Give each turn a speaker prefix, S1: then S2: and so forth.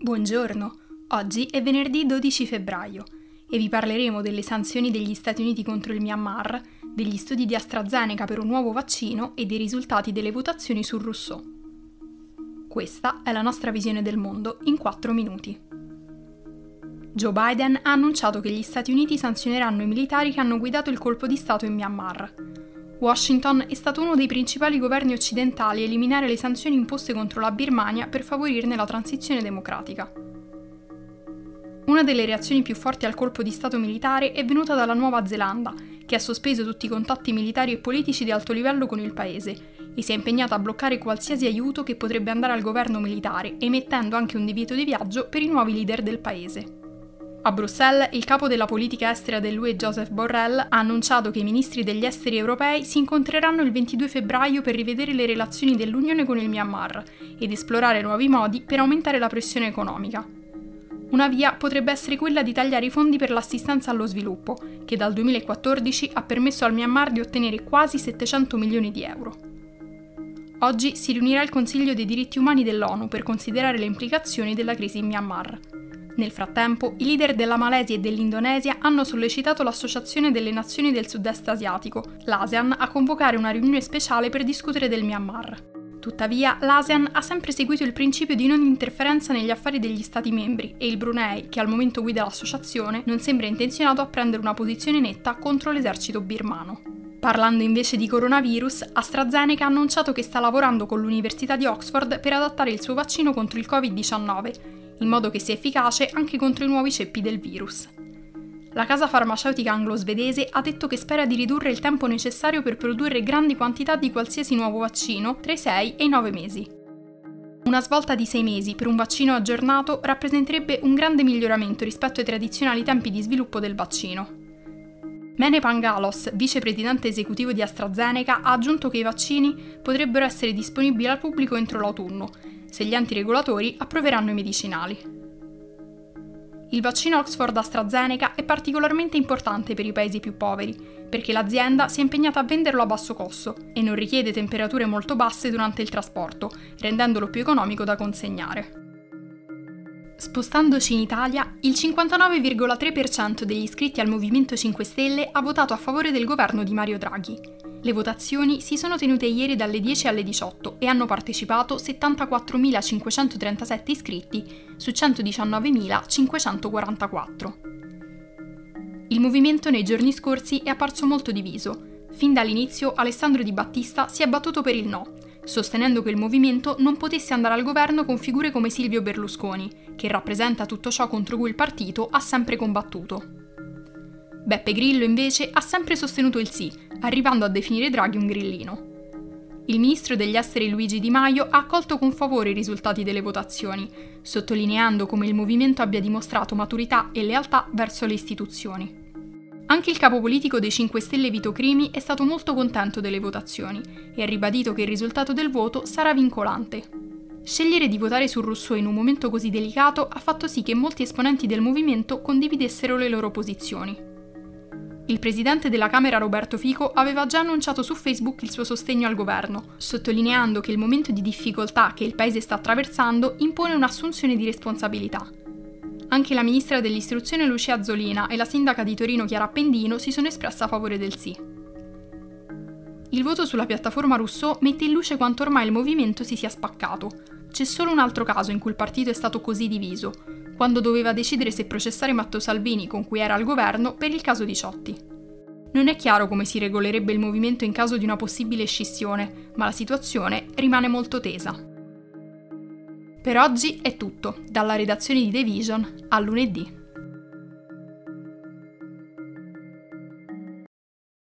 S1: Buongiorno, oggi è venerdì 12 febbraio e vi parleremo delle sanzioni degli Stati Uniti contro il Myanmar, degli studi di AstraZeneca per un nuovo vaccino e dei risultati delle votazioni su Rousseau. Questa è la nostra visione del mondo in 4 minuti. Joe Biden ha annunciato che gli Stati Uniti sanzioneranno i militari che hanno guidato il colpo di Stato in Myanmar. Washington è stato uno dei principali governi occidentali a eliminare le sanzioni imposte contro la Birmania per favorirne la transizione democratica. Una delle reazioni più forti al colpo di Stato militare è venuta dalla Nuova Zelanda, che ha sospeso tutti i contatti militari e politici di alto livello con il paese e si è impegnata a bloccare qualsiasi aiuto che potrebbe andare al governo militare, emettendo anche un divieto di viaggio per i nuovi leader del paese. A Bruxelles, il capo della politica estera dell'UE Josep Borrell ha annunciato che i ministri degli esteri europei si incontreranno il 22 febbraio per rivedere le relazioni dell'Unione con il Myanmar ed esplorare nuovi modi per aumentare la pressione economica. Una via potrebbe essere quella di tagliare i fondi per l'assistenza allo sviluppo, che dal 2014 ha permesso al Myanmar di ottenere quasi 700 milioni di euro. Oggi si riunirà il Consiglio dei diritti umani dell'ONU per considerare le implicazioni della crisi in Myanmar. Nel frattempo, i leader della Malesia e dell'Indonesia hanno sollecitato l'Associazione delle Nazioni del Sud-Est Asiatico, l'ASEAN, a convocare una riunione speciale per discutere del Myanmar. Tuttavia, l'ASEAN ha sempre seguito il principio di non interferenza negli affari degli Stati membri e il Brunei, che al momento guida l'associazione, non sembra intenzionato a prendere una posizione netta contro l'esercito birmano. Parlando invece di coronavirus, AstraZeneca ha annunciato che sta lavorando con l'Università di Oxford per adattare il suo vaccino contro il Covid-19, in modo che sia efficace anche contro i nuovi ceppi del virus. La casa farmaceutica anglo-svedese ha detto che spera di ridurre il tempo necessario per produrre grandi quantità di qualsiasi nuovo vaccino tra i 6 e i 9 mesi. Una svolta di 6 mesi per un vaccino aggiornato rappresenterebbe un grande miglioramento rispetto ai tradizionali tempi di sviluppo del vaccino. Mene Pangalos, vicepresidente esecutivo di AstraZeneca, ha aggiunto che i vaccini potrebbero essere disponibili al pubblico entro l'autunno, se gli enti regolatori approveranno i medicinali. Il vaccino Oxford AstraZeneca è particolarmente importante per i paesi più poveri, perché l'azienda si è impegnata a venderlo a basso costo e non richiede temperature molto basse durante il trasporto, rendendolo più economico da consegnare. Spostandoci in Italia, il 59,3% degli iscritti al Movimento 5 Stelle ha votato a favore del governo di Mario Draghi. Le votazioni si sono tenute ieri dalle 10 alle 18 e hanno partecipato 74.537 iscritti su 119.544. Il movimento nei giorni scorsi è apparso molto diviso. Fin dall'inizio Alessandro Di Battista si è battuto per il no, sostenendo che il movimento non potesse andare al governo con figure come Silvio Berlusconi, che rappresenta tutto ciò contro cui il partito ha sempre combattuto. Beppe Grillo invece ha sempre sostenuto il sì, arrivando a definire Draghi un grillino. Il ministro degli esteri Luigi Di Maio ha accolto con favore i risultati delle votazioni, sottolineando come il movimento abbia dimostrato maturità e lealtà verso le istituzioni. Anche il capo politico dei 5 Stelle Vito Crimi è stato molto contento delle votazioni e ha ribadito che il risultato del voto sarà vincolante. Scegliere di votare su Rousseau in un momento così delicato ha fatto sì che molti esponenti del movimento condividessero le loro posizioni. Il presidente della Camera Roberto Fico aveva già annunciato su Facebook il suo sostegno al governo, sottolineando che il momento di difficoltà che il paese sta attraversando impone un'assunzione di responsabilità. Anche la ministra dell'istruzione Lucia Azzolina e la sindaca di Torino Chiara Appendino si sono espresse a favore del sì. Il voto sulla piattaforma Rousseau mette in luce quanto ormai il movimento si sia spaccato. C'è solo un altro caso in cui il partito è stato così diviso, quando doveva decidere se processare Matteo Salvini, con cui era al governo, per il caso Diciotti. Non è chiaro come si regolerebbe il movimento in caso di una possibile scissione, ma la situazione rimane molto tesa. Per oggi è tutto, dalla redazione di The Vision a lunedì.